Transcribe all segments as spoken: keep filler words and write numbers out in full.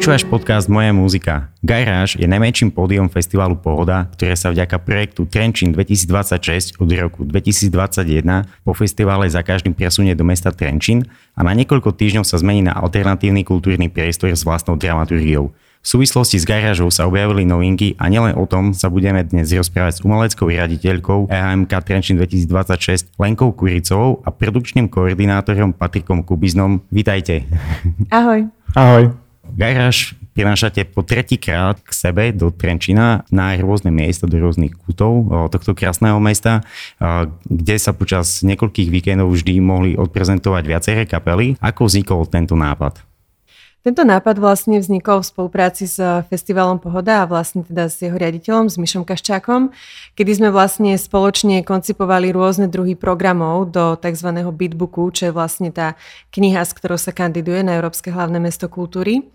Počúvaš podcast Moja muzika. Garage je najmenším pódium festivalu Pohoda, ktoré sa vďaka projektu Trenčín dvetisícdvadsaťšesť od roku dvetisícdvadsaťjeden po festivale za každým presunie do mesta Trenčín a na niekoľko týždňov sa zmení na alternatívny kultúrny priestor s vlastnou dramaturgiou. V súvislosti s garážou sa objavili novinky a nielen o tom sa budeme dnes rozprávať s umeleckou riaditeľkou é há em ká Trenčín dvetisícdvadsaťšesť Lenkou Kuricovou a produkčným koordinátorom Patrikom Kubiznom. Vítajte. Ahoj. Ahoj. Garáž prinášate po tretíkrát k sebe do Trenčína na rôzne miesta, do rôznych kútov tohto krásneho mesta, kde sa počas niekoľkých víkendov vždy mohli odprezentovať viaceré kapely. Ako vznikol tento nápad? Tento nápad vlastne vznikol v spolupráci s festivalom Pohoda a vlastne teda s jeho riaditeľom, s Mišom Kaščákom, kedy sme vlastne spoločne koncipovali rôzne druhy programov do tzv. Beatbooku, čo je vlastne tá kniha, s ktorou sa kandiduje na Európske hlavné mesto kultúry.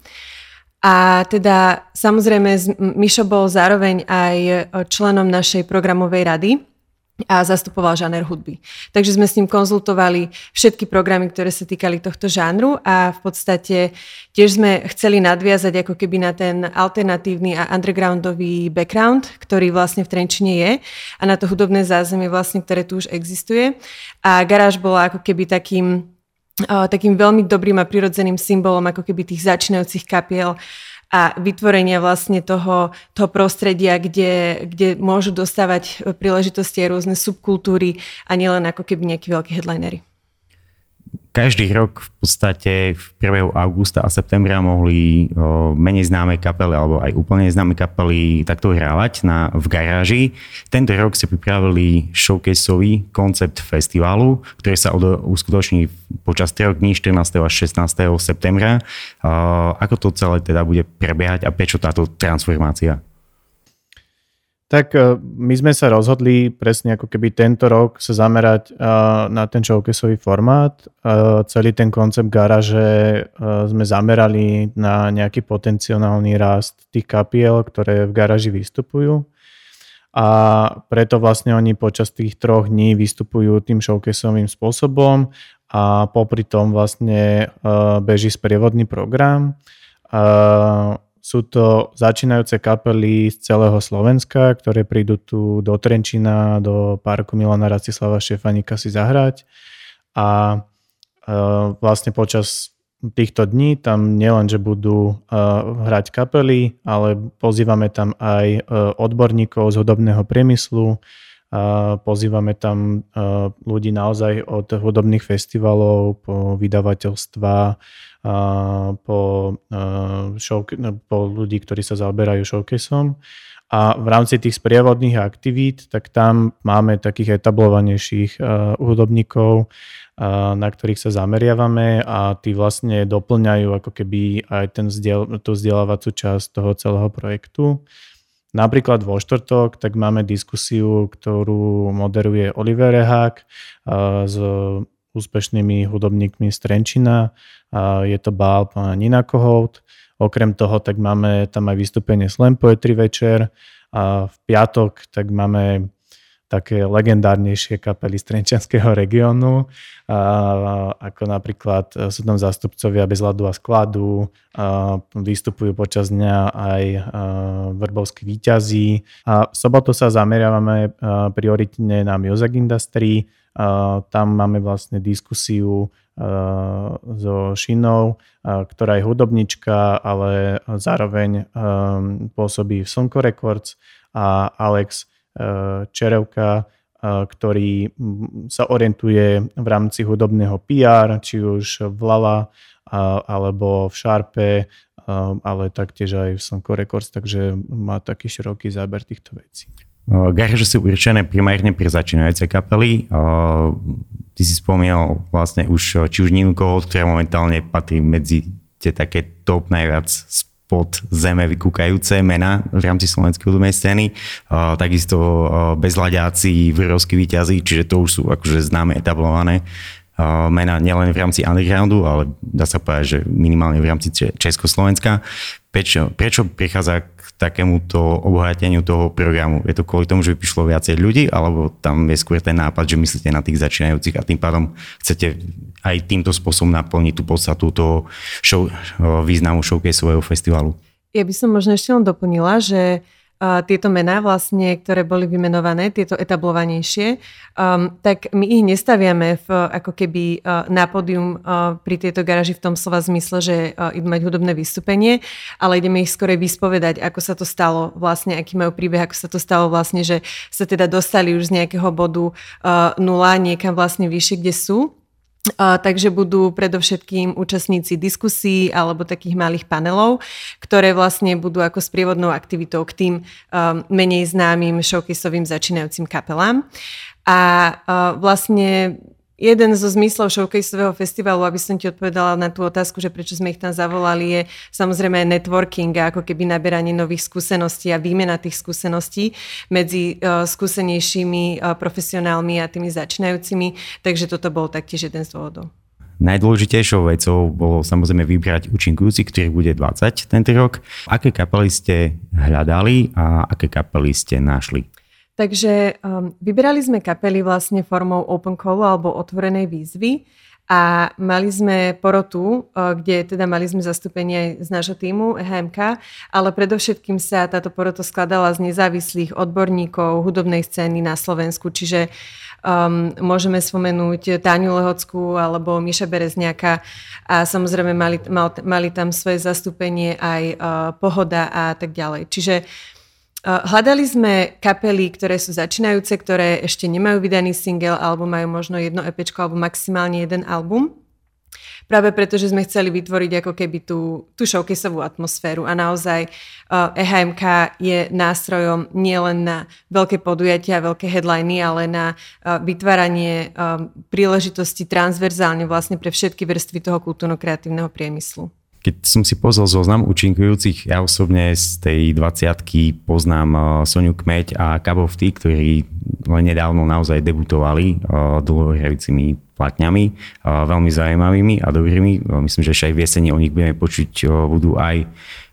A teda samozrejme Mišo bol zároveň aj členom našej programovej rady a zastupoval žáner hudby. Takže sme s ním konzultovali všetky programy, ktoré sa týkali tohto žánru a v podstate tiež sme chceli nadviazať ako keby na ten alternatívny a undergroundový background, ktorý vlastne v Trenčine je a na to hudobné zázemie vlastne, ktoré tu už existuje. A garáž bola ako keby takým, takým veľmi dobrým a prirodzeným symbolom ako keby tých začínajúcich kapiel a vytvorenia vlastne toho, toho prostredia, kde, kde môžu dostávať príležitosti aj rôzne subkultúry a nielen ako keby nejakí veľkí headlinery. Každý rok v podstate v priebehu augusta a septembra mohli o, menej známe kapely alebo aj úplne známe kapely takto hrávať na, v garáži. Tento rok ste pripravili showcaseový koncept festivalu, ktorý sa od, uskutoční počas troch dní štrnásteho až šestnásteho septembra. O, ako to celé teda bude prebiehať a prečo táto transformácia? Tak my sme sa rozhodli presne ako keby tento rok sa zamerať na ten showcaseový formát. Celý ten koncept garáže sme zamerali na nejaký potenciálny rast tých kapiel, ktoré v garáži vystupujú. A preto vlastne oni počas tých troch dní vystupujú tým showcaseovým spôsobom a popri tom vlastne beží sprievodný program. Sú to začínajúce kapely z celého Slovenska, ktoré prídu tu do Trenčína, do parku Milana Rastislava Štefanika si zahrať. A e, vlastne počas týchto dní tam nielen, že budú e, hrať kapely, ale pozývame tam aj e, odborníkov z hudobného priemyslu. E, pozývame tam e, ľudí naozaj od hudobných festivalov po vydavateľstva, Po, show, po ľudí, ktorí sa zaoberajú showcaseom. A v rámci tých sprievodných aktivít, tak tam máme takých etablovanejších uh, hudobníkov, uh, na ktorých sa zameriavame a tí vlastne doplňajú ako keby aj ten vzdiel, tú vzdelávacú časť toho celého projektu. Napríklad vo štvrtok tak máme diskusiu, ktorú moderuje Oliver Rehák uh, z úspešnými hudobníkmi z Trenčína. Je to bál pána Nina Kohout. Okrem toho tak máme tam aj vystúpenie Slam Poetry večer. A v piatok tak máme také legendárnejšie kapely z trenčianskeho regiónu, ako napríklad sú tam zástupcovia Bez ľadu a skladu, a vystupujú počas dňa aj Vrbovskí víťazi. A v sobotu sa zameriavame prioritne na music industry. Tam máme vlastne diskusiu so Šinou, ktorá je hudobnička, ale zároveň pôsobí v Slnko Records, a Alex Čerevka, ktorý sa orientuje v rámci hudobného pé er, či už v Lala alebo v Sharpe, ale taktiež aj v Slnko Records, takže má taký široký záber týchto vecí. Garáže sú určené primárne pre začínajúce kapely. Ty si spomínal vlastne už či už Ninu Kohout, ktorá momentálne patrí medzi tie také top najviac spod zeme vykúkajúce mená v rámci slovenskej hudobnej scény. Takisto Bezľaďáci, Vrbovskí víťazi, čiže to už sú akože známe, etablované mená nielen v rámci undergroundu, ale dá sa povedať, že minimálne v rámci Československa. Prečo, prečo prichádza k takémuto obohateniu toho programu? Je to kvôli tomu, že by prišlo viacej ľudí, alebo tam je skôr ten nápad, že myslíte na tých začínajúcich a tým pádom chcete aj týmto spôsobom naplniť tú podstatu toho show, významu showcaseového festivalu? Ja by som možno ešte len doplnila, že Uh, tieto mená vlastne, ktoré boli vymenované, tieto etablovanejšie, um, tak my ich nestaviame v, ako keby uh, na pódium uh, pri tejto garáži v tom slova zmysle, že uh, idú mať hudobné vystúpenie, ale ideme ich skôr vyspovedať, ako sa to stalo, vlastne aký majú príbeh, ako sa to stalo vlastne, že sa teda dostali už z nejakého bodu uh, nula niekam vlastne vyššie, kde sú. Uh, takže budú predovšetkým účastníci diskusí alebo takých malých panelov, ktoré vlastne budú ako sprievodnou aktivitou k tým um, menej známym showcaseovým začínajúcim kapelám. A uh, vlastne jeden zo zmyslov showcaseového festivalu, aby som ti odpovedala na tú otázku, že prečo sme ich tam zavolali, je samozrejme networking a ako keby naberanie nových skúseností a výmena tých skúseností medzi uh, skúsenejšími uh, profesionálmi a tými začínajúcimi. Takže toto bol taktiež jeden z dôvodov. Najdôležitejšou vecou bolo samozrejme vybrať účinkujúci, ktorý bude dvadsať tento rok. Aké kapely ste hľadali a aké kapely ste našli? Takže um, vyberali sme kapely vlastne formou open callu alebo otvorenej výzvy a mali sme porotu, uh, kde teda mali sme zastúpenie z nášho týmu é há em ká, ale predovšetkým sa táto porota skladala z nezávislých odborníkov hudobnej scény na Slovensku, čiže um, môžeme spomenúť Táňu Lehockú alebo Miša Berezňaka a samozrejme mali, mal, mali tam svoje zastúpenie aj uh, Pohoda a tak ďalej. Čiže hľadali sme kapely, ktoré sú začínajúce, ktoré ešte nemajú vydaný single alebo majú možno jedno EPčko alebo maximálne jeden album. Práve preto, že sme chceli vytvoriť ako keby tú, tú showcaseovú atmosféru a naozaj uh, é há em ká je nástrojom nielen na veľké podujatia, veľké headliny, ale na uh, vytváranie uh, príležitosti transverzálne vlastne pre všetky vrstvy toho kultúrno-kreatívneho priemyslu. Keď som si pozrel zoznam účinkujúcich, ja osobne z tej dvadsiatky poznám Soňu Kmeď a Cup of Tea, ktorí len nedávno naozaj debutovali dlhohrajúcimi platňami, veľmi zaujímavými a dobrými. Myslím, že ešte aj v jeseni o nich budeme počuť, budú aj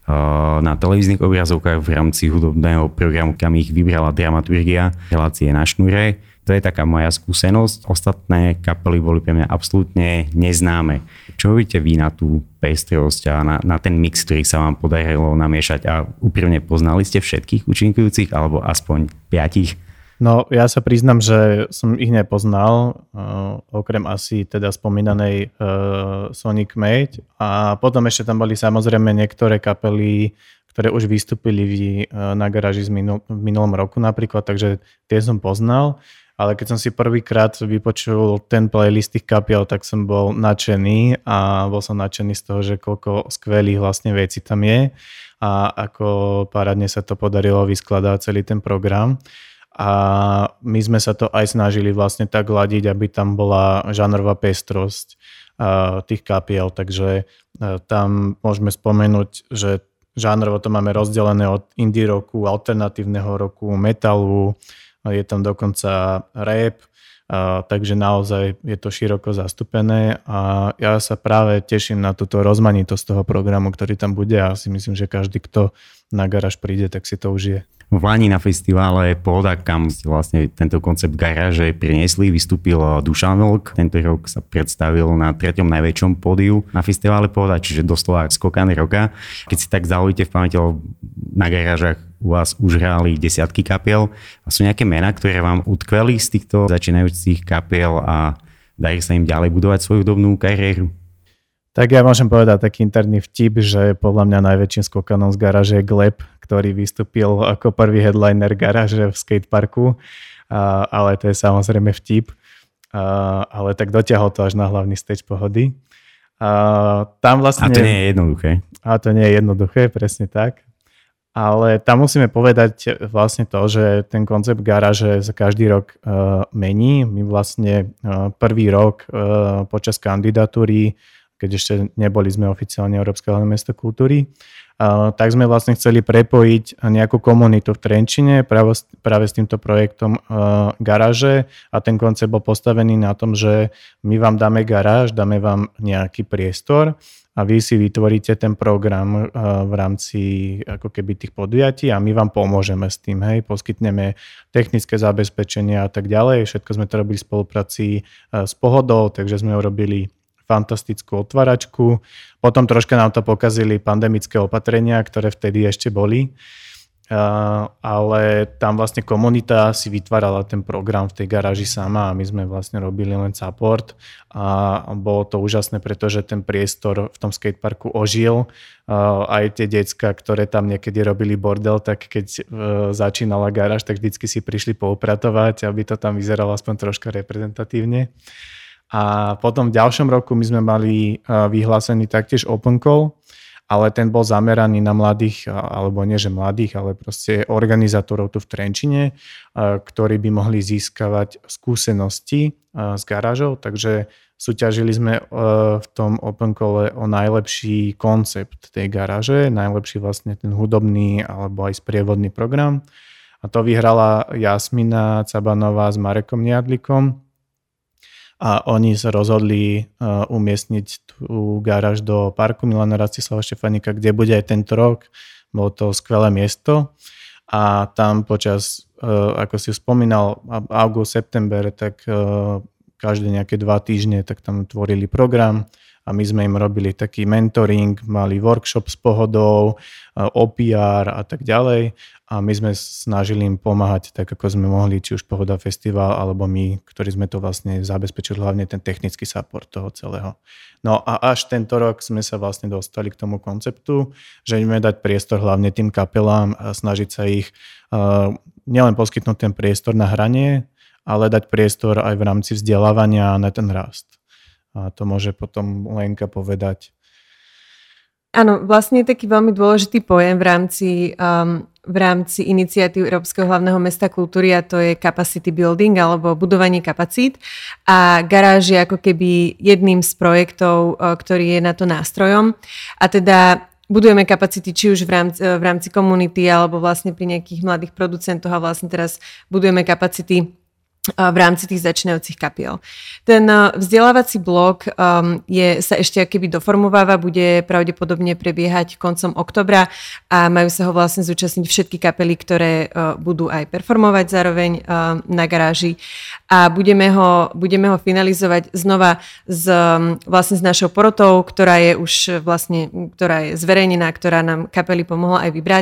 na televíznych obrazovkách v rámci hudobného programu, kam ich vybrala dramaturgia relácie Na šnúre. To je taká moja skúsenosť. Ostatné kapely boli pre mňa absolútne neznáme. Čo hovoríte vy na tú pestrosť a na, na ten mix, ktorý sa vám podarilo namiešať? A úprimne poznali ste všetkých účinkujúcich alebo aspoň piatich? No, ja sa priznam, že som ich nepoznal, uh, okrem asi teda spomínanej uh, Sonic Mate. A potom ešte tam boli samozrejme niektoré kapely, ktoré už vystúpili uh, na garáži v minul- minulom roku napríklad, takže tie som poznal. Ale keď som si prvýkrát vypočul ten playlist tých kapiel, tak som bol nadšený a bol som nadšený z toho, že koľko skvelých vlastne vecí tam je a ako parádne sa to podarilo vyskladať celý ten program. A my sme sa to aj snažili vlastne tak ladiť, aby tam bola žánrová pestrosť uh, tých kapiel, takže uh, tam môžeme spomenúť, že žánrovo to máme rozdelené od indie roku, alternatívneho roku, metalu, je tam dokonca rap, a, takže naozaj je to široko zastúpené a ja sa práve teším na túto rozmanitosť toho programu, ktorý tam bude a si myslím, že každý, kto na garáž príde, tak si to užije. V Lani na festivále Pohoda, kam vlastne tento koncept garáže priniesli, vystúpil Dušan Vlk. Tento rok sa predstavil na treťom najväčšom pódiu na festivále Pohoda, čiže doslova skokan roka. Keď si tak zalovíte v pamäti, na garážach u vás už hráli desiatky kapiel. A sú nejaké mená, ktoré vám utkveli z týchto začínajúcich kapiel a darí sa im ďalej budovať svoju hudobnú kariéru? Tak ja môžem povedať taký interný vtip, že podľa mňa najväčším skokanom z garáže je Gleb, ktorý vystúpil ako prvý headliner garáže v skateparku, a, ale to je samozrejme vtip, a, ale tak dotiahol to až na hlavný stage Pohody. A, tam vlastne, a to nie je jednoduché. A to nie je jednoduché, presne tak. Ale tam musíme povedať vlastne to, že ten koncept garáže sa každý rok uh, mení. My vlastne uh, prvý rok uh, počas kandidatúry, keď ešte neboli sme oficiálne Európske hlavné mesto kultúry, uh, tak sme vlastne chceli prepojiť nejakú komunitu v Trenčine práve, práve s týmto projektom uh, garáže a ten koncept bol postavený na tom, že my vám dáme garáž, dáme vám nejaký priestor a vy si vytvoríte ten program v rámci ako keby tých podujatí a my vám pomôžeme s tým, hej, poskytneme technické zabezpečenia a tak ďalej. Všetko sme to robili v spolupráci s Pohodou, takže sme urobili fantastickú otváračku. Potom troška nám to pokazili pandemické opatrenia, ktoré vtedy ešte boli. Uh, ale tam vlastne komunita si vytvárala ten program v tej garáži sama a my sme vlastne robili len support a bolo to úžasné, pretože ten priestor v tom skateparku ožil. Uh, aj tie decká, ktoré tam niekedy robili bordel, tak keď uh, začínala garáž, tak vždycky si prišli poupratovať, aby to tam vyzeralo aspoň troška reprezentatívne. A potom v ďalšom roku my sme mali uh, vyhlásený taktiež open call, ale ten bol zameraný na mladých, alebo nie že mladých, ale proste organizátorov tu v Trenčine, ktorí by mohli získavať skúsenosti s garážou, takže súťažili sme v tom open calle o najlepší koncept tej garáže, najlepší vlastne ten hudobný alebo aj sprievodný program a to vyhrala Jasmina Cabanová s Marekom Niadlikom. A oni sa rozhodli uh, umiestniť tú garáž do parku Milana Rastislava Štefánika, kde bude aj tento rok. Bolo to skvelé miesto a tam počas, uh, ako si spomínal, august, september, tak uh, každé nejaké dva týždne tak tam tvorili program a my sme im robili taký mentoring, mali workshop s Pohodou, uh, ó pé er a tak ďalej. A my sme snažili im pomáhať tak, ako sme mohli, či už Pohoda Festival, alebo my, ktorí sme to vlastne zabezpečili, hlavne ten technický support toho celého. No a až tento rok sme sa vlastne dostali k tomu konceptu, že ideme dať priestor hlavne tým kapelám a snažiť sa ich uh, nielen poskytnúť ten priestor na hranie, ale dať priestor aj v rámci vzdelávania na ten rast. A to môže potom Lenka povedať. Áno, vlastne je taký veľmi dôležitý pojem v rámci, um, v rámci iniciatív Európskeho hlavného mesta kultúry a to je capacity building alebo budovanie kapacít a garáž je ako keby jedným z projektov, ktorý je na to nástrojom a teda budujeme kapacity či už v rámci, v rámci komunity alebo vlastne pri nejakých mladých producentoch a vlastne teraz budujeme kapacity v rámci tých začínajúcich kapiel. Ten vzdelávací blok um, je, sa ešte akoby doformováva, bude pravdepodobne prebiehať koncom októbra a majú sa ho vlastne zúčastniť všetky kapely, ktoré uh, budú aj performovať zároveň uh, na garáži a budeme ho, budeme ho finalizovať znova s, um, vlastne s našou porotou, ktorá je už vlastne, ktorá je zverejnená, ktorá nám kapely pomohla aj vybrať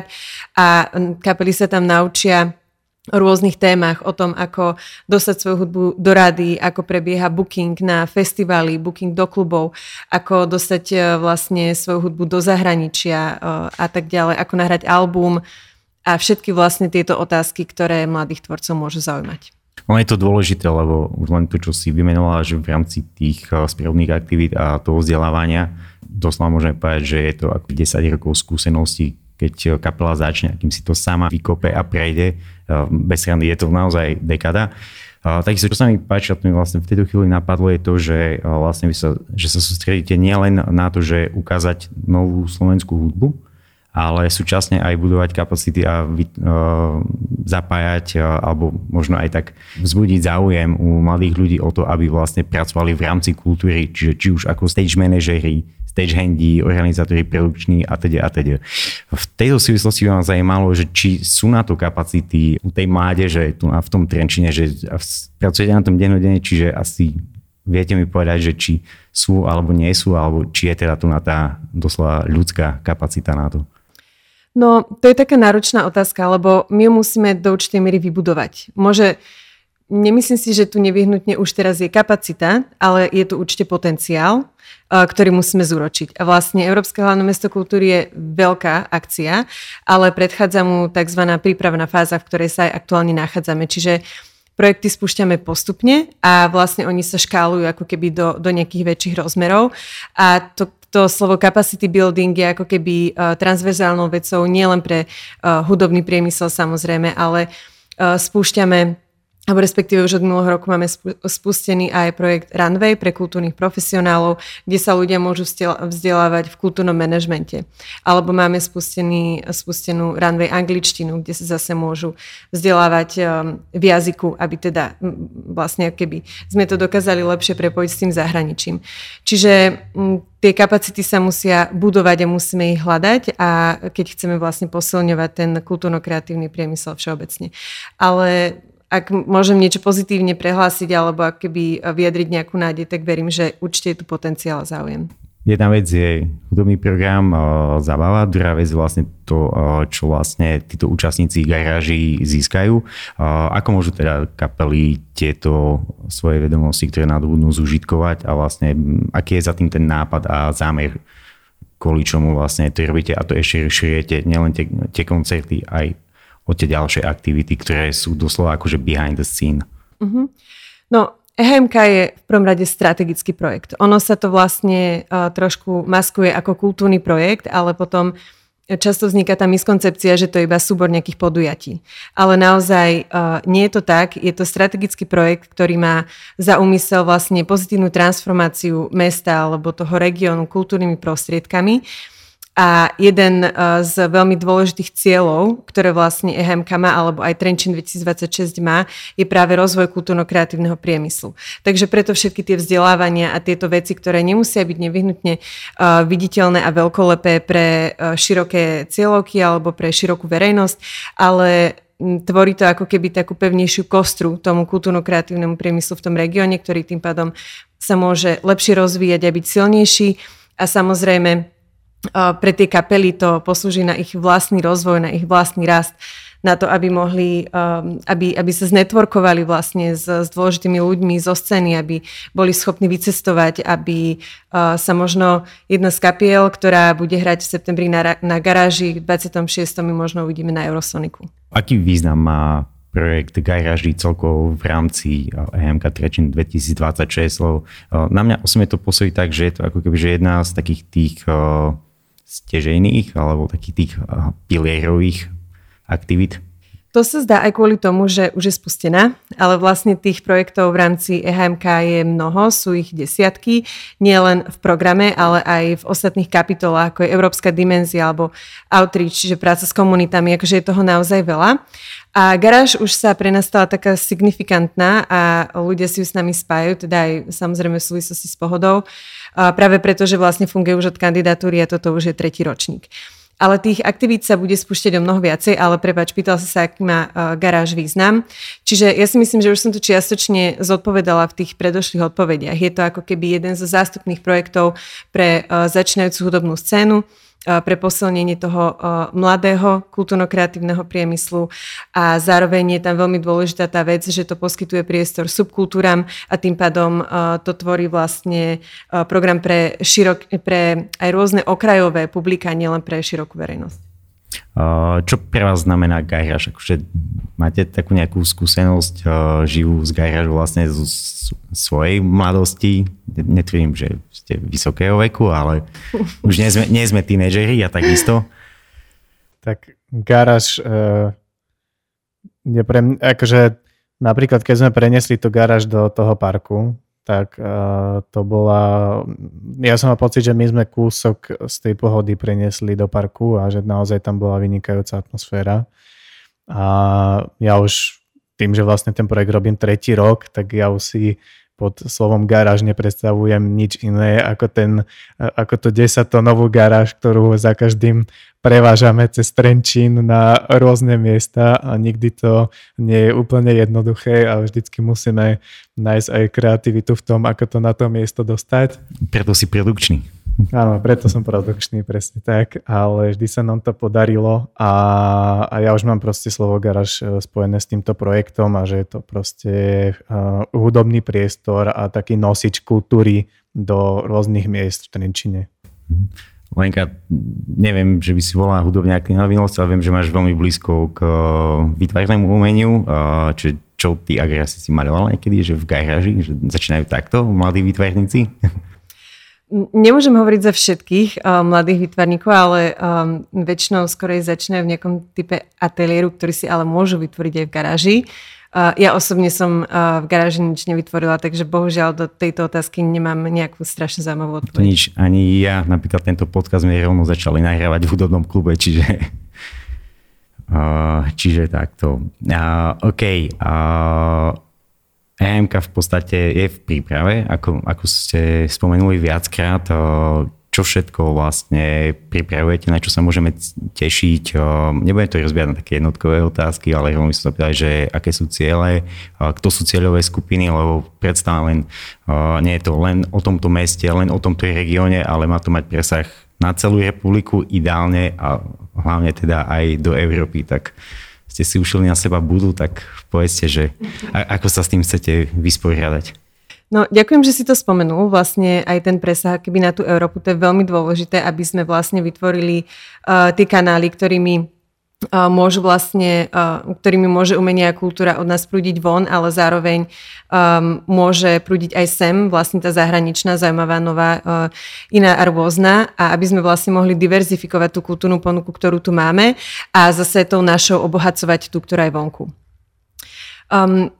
a kapely sa tam naučia o rôznych témach, o tom, ako dostať svoju hudbu do rady, ako prebieha booking na festivály, booking do klubov, ako dostať vlastne svoju hudbu do zahraničia a tak ďalej, ako nahrať album a všetky vlastne tieto otázky, ktoré mladých tvorcov môžu zaujímať. Ono je to dôležité, lebo už len to, čo si vymenovala, že v rámci tých sprievodných aktivít a toho vzdelávania doslova môžeme povedať, že je to ako desať rokov skúseností, keď kapela začne, akým si to sama vykope a prejde. Bez srandy je to naozaj dekada. Takisto, čo sa mi páči, a to mi vlastne v tejto chvíli napadlo, je to, že vlastne vy sa, že sa sústredíte nielen na to, že ukázať novú slovenskú hudbu, ale súčasne aj budovať kapacity a vy, uh, zapájať uh, alebo možno aj tak vzbudiť záujem u mladých ľudí o to, aby vlastne pracovali v rámci kultúry, čiže či už ako stage manažeri, stagehandi, organizátori produkční a teda a teda. V tejto súvislosti by ma zajímalo, že či sú na to kapacity u tej mládeže tu v tom Trenčine, že pracujete na tom dennodenne, čiže asi viete mi povedať, že či sú alebo nie sú, alebo či je teda tu na tá doslova ľudská kapacita na to. No, to je taká náročná otázka, lebo my ju musíme do určitej miery vybudovať. Môže, nemyslím si, že tu nevyhnutne už teraz je kapacita, ale je tu určite potenciál, ktorý musíme zúročiť. A vlastne Európske hlavné mesto kultúry je veľká akcia, ale predchádza mu tzv. Prípravná fáza, v ktorej sa aj aktuálne nachádzame. Čiže projekty spúšťame postupne a vlastne oni sa škálujú ako keby do, do nejakých väčších rozmerov. A to, to slovo capacity building je ako keby uh, transverzálnou vecou nielen pre uh, hudobný priemysel samozrejme, ale uh, spúšťame alebo respektíve už od minulého roku máme spustený aj projekt Runway pre kultúrnych profesionálov, kde sa ľudia môžu vzdelávať v kultúrnom manažmente. Alebo máme spustený, spustenú Runway angličtinu, kde sa zase môžu vzdelávať v jazyku, aby teda vlastne keby sme to dokázali lepšie prepojiť s tým zahraničím. Čiže tie kapacity sa musia budovať a musíme ich hľadať, a keď chceme vlastne posilňovať ten kultúrno-kreatívny priemysel všeobecne. Ale ak môžem niečo pozitívne prehlásiť alebo ak keby vyjadriť nejakú nádej, tak verím, že určite je tu potenciál a záujem. Jedna vec je hudobný program, zábava, druhá vec vlastne to, čo vlastne títo účastníci garáží získajú. Ako môžu teda kapely tieto svoje vedomosti, ktoré nadobudnú, zúžitkovať, a vlastne aký je za tým ten nápad a zámer, kvôli čomu vlastne to robíte, a to ešte širiete nielen tie, tie koncerty, aj o tie ďalšie aktivity, ktoré sú doslova akože behind the scene. Uh-huh. No, é há em ká je v prvom rade strategický projekt. Ono sa to vlastne uh, trošku maskuje ako kultúrny projekt, ale potom často vzniká tá miskoncepcia, že to je iba súbor nejakých podujatí. Ale naozaj uh, nie je to tak. Je to strategický projekt, ktorý má za úmysel vlastne pozitívnu transformáciu mesta alebo toho regiónu kultúrnymi prostriedkami. A jeden z veľmi dôležitých cieľov, ktoré vlastne é há em ká má, alebo aj Trenčín dvetisícdvadsaťšesť má, je práve rozvoj kultúrno-kreatívneho priemyslu. Takže preto všetky tie vzdelávania a tieto veci, ktoré nemusia byť nevyhnutne uh, viditeľné a veľkolepé pre uh, široké cieľovky alebo pre širokú verejnosť, ale tvorí to ako keby takú pevnejšiu kostru tomu kultúrno-kreatívnemu priemyslu v tom regióne, ktorý tým pádom sa môže lepšie rozvíjať a byť silnejší. A samozrejme pre tie kapely to poslúži na ich vlastný rozvoj, na ich vlastný rast, na to, aby mohli, aby, aby sa znetworkovali vlastne s, s dôležitými ľuďmi zo scény, aby boli schopní vycestovať, aby sa možno jedna z kapiel, ktorá bude hrať v septembri na, na garáži, dvadsiateho šiesteho my možno uvidíme na Eurosoniku. Aký význam má projekt garáží celkovo v rámci é há em ká Trenčín dvetisícdvadsaťšesť? Na mňa osobne to pôsobí tak, že je to ako keby že jedna z takých tých stežejných alebo takých tých pilierových aktivít. To sa zdá aj kvôli tomu, že už je spustená, ale vlastne tých projektov v rámci é há em ká je mnoho, sú ich desiatky, nie len v programe, ale aj v ostatných kapitolách, ako je Európska dimenzia alebo Outreach, čiže práca s komunitami, akože je toho naozaj veľa. A garáž už sa pre nás stala taká signifikantná a ľudia si ju s nami spájajú, teda aj samozrejme v súvislosti s pohodou, práve preto, že vlastne funguje už od kandidatúry a toto už je tretí ročník. Ale tých aktivít sa bude spúšťať o mnoho viacej, ale prepáč, pýtal sa sa, aký má uh, garáž význam. Čiže ja si myslím, že už som to čiastočne zodpovedala v tých predošlých odpovediach. Je to ako keby jeden zo zástupných projektov pre uh, začínajúcu hudobnú scénu, pre posilnenie toho mladého kultúrno-kreatívneho priemyslu, a zároveň je tam veľmi dôležitá tá vec, že to poskytuje priestor subkultúram a tým pádom to tvorí vlastne program pre, širok, pre aj rôzne okrajové publika, nielen pre širokú verejnosť. Čo pre vás znamená garáž? Akože máte takú nejakú skúsenosť živú z garážu vlastne z svojej mladosti? Netvrdím, že ste vysokého veku, ale už nie sme, nie sme tínedžeri a takisto. Tak garáž uh, je pre mňa, akože napríklad keď sme preniesli tú garáž do toho parku, tak uh, to bola... Ja som mal pocit, že my sme kúsok z tej pohody preniesli do parku a že naozaj tam bola vynikajúca atmosféra. A ja už tým, že vlastne ten projekt robím tretí rok, tak ja už si pod slovom garáž nepredstavujem nič iné ako, ten, ako to desaťtónovú garáž, ktorú za každým prevážame cez Trenčín na rôzne miesta a nikdy to nie je úplne jednoduché a vždycky musíme nájsť aj kreativitu v tom, ako to na to miesto dostať. Preto si produkčný. Áno, preto som produkčný, presne tak, ale vždy sa nám to podarilo a, a ja už mám proste slovo garáž spojené s týmto projektom a že je to proste uh, hudobný priestor a taký nosič kultúry do rôznych miest v Trenčine. Lenka, neviem, že by si bola hudobne aktívna vinnosť, ale viem, že máš veľmi blízko k výtvarnému umeniu, čiže čo ty ak asi si maloval niekedy, že v garáži, že začínajú takto mladí výtvarníci? Nemôžem hovoriť za všetkých uh, mladých výtvarníkov, ale um, väčšinou skorej začínajú v nejakom type ateliéru, ktorý si ale môžu vytvoriť aj v garáži. Ja osobne som v garáži nič nevytvorila, takže bohužiaľ do tejto otázky nemám nejakú strašne zaujímavú odpoveď. To nič, ani ja, napríklad tento podcast sme rovno začali nahrávať v hudobnom klube, čiže uh, čiže takto. Uh, OK. Uh, é em ká v podstate je v príprave, ako, ako ste spomenuli viackrát. Uh, čo všetko vlastne pripravujete, na čo sa môžeme tešiť. Nebudem to rozbiať na také jednotkové otázky, ale veľmi som sa pýtali, že aké sú ciele, kto sú cieľové skupiny, lebo predstav len, nie je to len o tomto meste, len o tomto regióne, ale má to mať presah na celú republiku, ideálne a hlavne teda aj do Európy. Tak ste si ušili na seba budu, tak povedzte, že ako sa s tým chcete vysporiadať. No, ďakujem, že si to spomenul. Vlastne aj ten presah keby na tú Európu, to je veľmi dôležité, aby sme vlastne vytvorili uh, tie kanály, ktorými uh, môžu vlastne, uh, ktorými môže umenie a kultúra od nás prúdiť von, ale zároveň um, môže prúdiť aj sem, vlastne tá zahraničná, zaujímavá, nová, uh, iná a rôzna, a aby sme vlastne mohli diverzifikovať tú kultúrnu ponuku, ktorú tu máme, a zase tou našou obohacovať tú, ktorá je vonku. Um,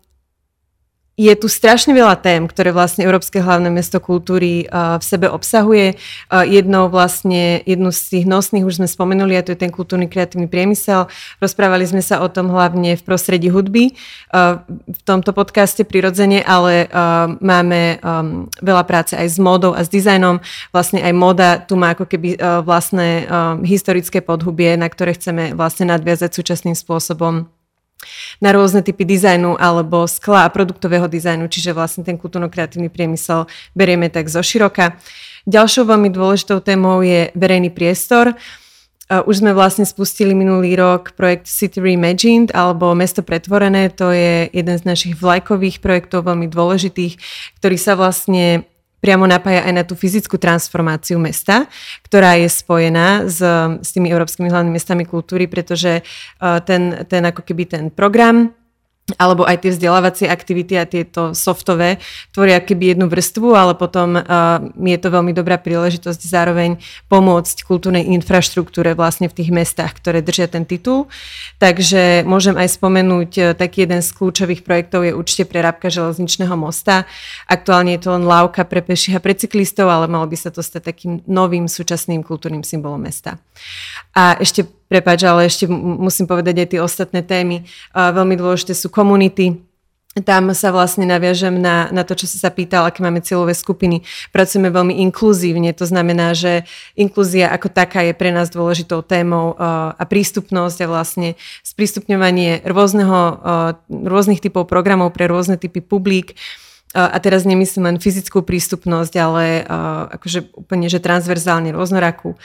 Je tu strašne veľa tém, ktoré vlastne Európske hlavné mesto kultúry uh, v sebe obsahuje. Uh, jednou vlastne, jednu z tých nosných už sme spomenuli, a to je ten kultúrny kreatívny priemysel. Rozprávali sme sa o tom hlavne v prostredí hudby uh, v tomto podcaste prirodzene, ale uh, máme um, veľa práce aj s módou a s dizajnom. Vlastne aj móda tu má ako keby uh, vlastné uh, historické podhubie, na ktoré chceme vlastne nadviazať súčasným spôsobom na rôzne typy dizajnu alebo skla a produktového dizajnu, čiže vlastne ten kultúrno-kreatívny priemysel berieme tak zoširoka. Ďalšou veľmi dôležitou témou je verejný priestor. Už sme vlastne spustili minulý rok projekt City Reimagined alebo Mesto pretvorené. To je jeden z našich vlajkových projektov, veľmi dôležitých, ktorý sa vlastne priamo napája aj na tú fyzickú transformáciu mesta, ktorá je spojená s, s tými európskymi hlavnými mestami kultúry, pretože uh, ten, ten ako keby ten program alebo aj tie vzdelávacie aktivity a tieto softové tvoria keby jednu vrstvu, ale potom uh, je to veľmi dobrá príležitosť zároveň pomôcť kultúrnej infraštruktúre vlastne v tých mestách, ktoré držia ten titul. Takže môžem aj spomenúť, uh, taký jeden z kľúčových projektov je určite prerábka železničného mosta. Aktuálne je to len lávka pre peších a pre cyklistov, ale malo by sa to stať takým novým súčasným kultúrnym symbolom mesta. A ešte prepáč, ale ešte musím povedať aj tie ostatné témy. Veľmi dôležité sú komunity. Tam sa vlastne naviažem na, na to, čo si sa pýtal, aké máme cieľové skupiny. Pracujeme veľmi inkluzívne, to znamená, že inklúzia ako taká je pre nás dôležitou témou a prístupnosť a vlastne sprístupňovanie rôzneho, rôznych typov programov pre rôzne typy publik. A teraz nemyslím len fyzickú prístupnosť, ale akože úplne, že transverzálne rôznorakú.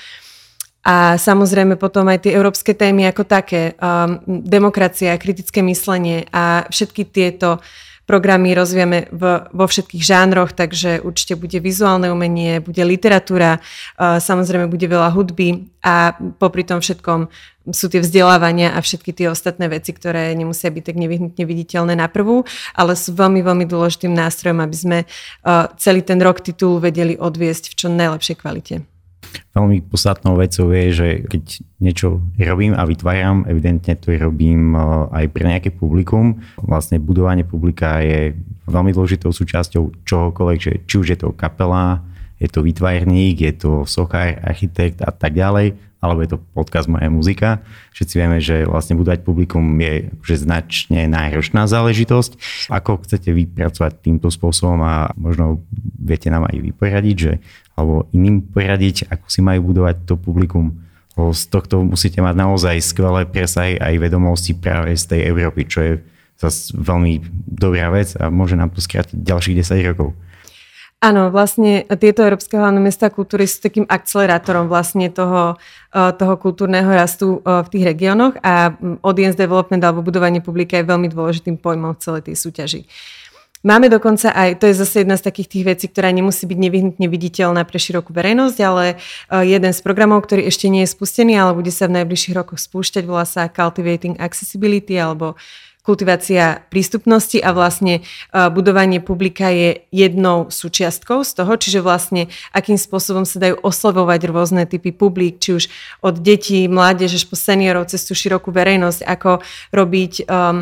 A samozrejme potom aj tie európske témy ako také, um, demokracia, kritické myslenie a všetky tieto programy rozvíjame v, vo všetkých žánroch, takže určite bude vizuálne umenie, bude literatúra, uh, samozrejme bude veľa hudby a popri tom všetkom sú tie vzdelávania a všetky tie ostatné veci, ktoré nemusia byť tak nevyhnutne viditeľné na prvú, ale sú veľmi, veľmi dôležitým nástrojom, aby sme uh, celý ten rok titulu vedeli odviesť v čo najlepšej kvalite. Veľmi podstatnou vecou je, že keď niečo robím a vytváram, evidentne to robím aj pre nejaké publikum. Vlastne budovanie publika je veľmi dôležitou súčasťou čohokoľvek, že či už je to kapela, je to výtvarník, je to sochár, architekt a tak ďalej, alebo je to podcast Moja muzika. Všetci vieme, že vlastne budovať publikum je že značne náročná záležitosť. Ako chcete vypracovať týmto spôsobom a možno viete nám aj vyporadiť, že alebo iným poradiť, ako si majú budovať to publikum. Z tohto musíte mať naozaj skvelé presahy aj vedomosti práve z tej Európy, čo je zase veľmi dobrá vec a môže nám to skrátiť ďalších desať rokov. Áno, vlastne tieto európske hlavné mestá kultúry sú takým akcelerátorom vlastne toho, toho kultúrneho rastu v tých regiónoch a audience development alebo budovanie publika je veľmi dôležitým pojmom v celej tej súťaži. Máme dokonca aj, to je zase jedna z takých tých vecí, ktorá nemusí byť nevyhnutne viditeľná pre širokú verejnosť, ale jeden z programov, ktorý ešte nie je spustený, ale bude sa v najbližších rokoch spúšťať, volá sa Cultivating Accessibility alebo kultivácia prístupnosti a vlastne budovanie publika je jednou súčiastkou z toho, čiže vlastne akým spôsobom sa dajú oslovovať rôzne typy publik, či už od detí, mládež až po seniorov cez tú širokú verejnosť, ako robiť um,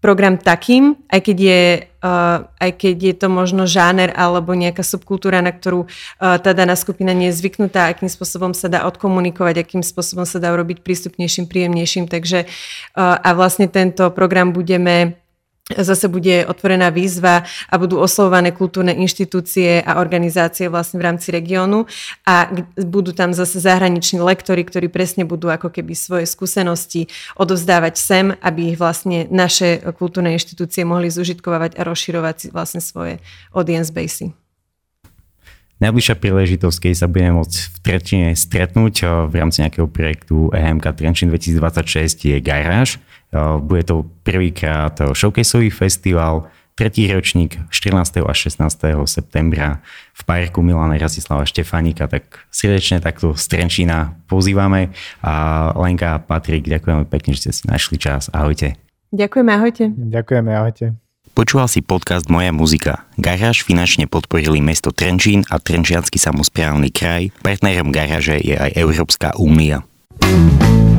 program takým, aj keď je, uh, aj keď je to možno žáner alebo nejaká subkultúra, na ktorú uh, tá daná skupina nie je zvyknutá, akým spôsobom sa dá odkomunikovať, akým spôsobom sa dá urobiť prístupnejším, príjemnejším. Takže uh, a vlastne tento program budeme Zase bude otvorená výzva a budú oslovované kultúrne inštitúcie a organizácie vlastne v rámci regiónu a budú tam zase zahraniční lektori, ktorí presne budú ako keby svoje skúsenosti odovzdávať sem, aby ich vlastne naše kultúrne inštitúcie mohli zužitkovať a rozširovať vlastne svoje audience basy. Najbližšia príležitosť, keď sa budeme môcť v Trenčine stretnúť v rámci nejakého projektu é em ká Trenčín dvetisícdvadsaťšesť je Garáž. Bude to prvýkrát showcaseový festival, tretí ročník štrnásteho a šestnásteho septembra v parku Milana Rastislava Štefánika, tak srdečne takto z Trenčína pozývame. A Lenka a Patrik, ďakujeme pekne, že ste si našli čas. Ahojte. Ďakujeme, ahojte. Ďakujeme, ahojte. Počúval si podcast Moja muzika. Garáž finančne podporili mesto Trenčín a Trenčiansky samosprávny kraj. Partnerom Garáže je aj Európska únia.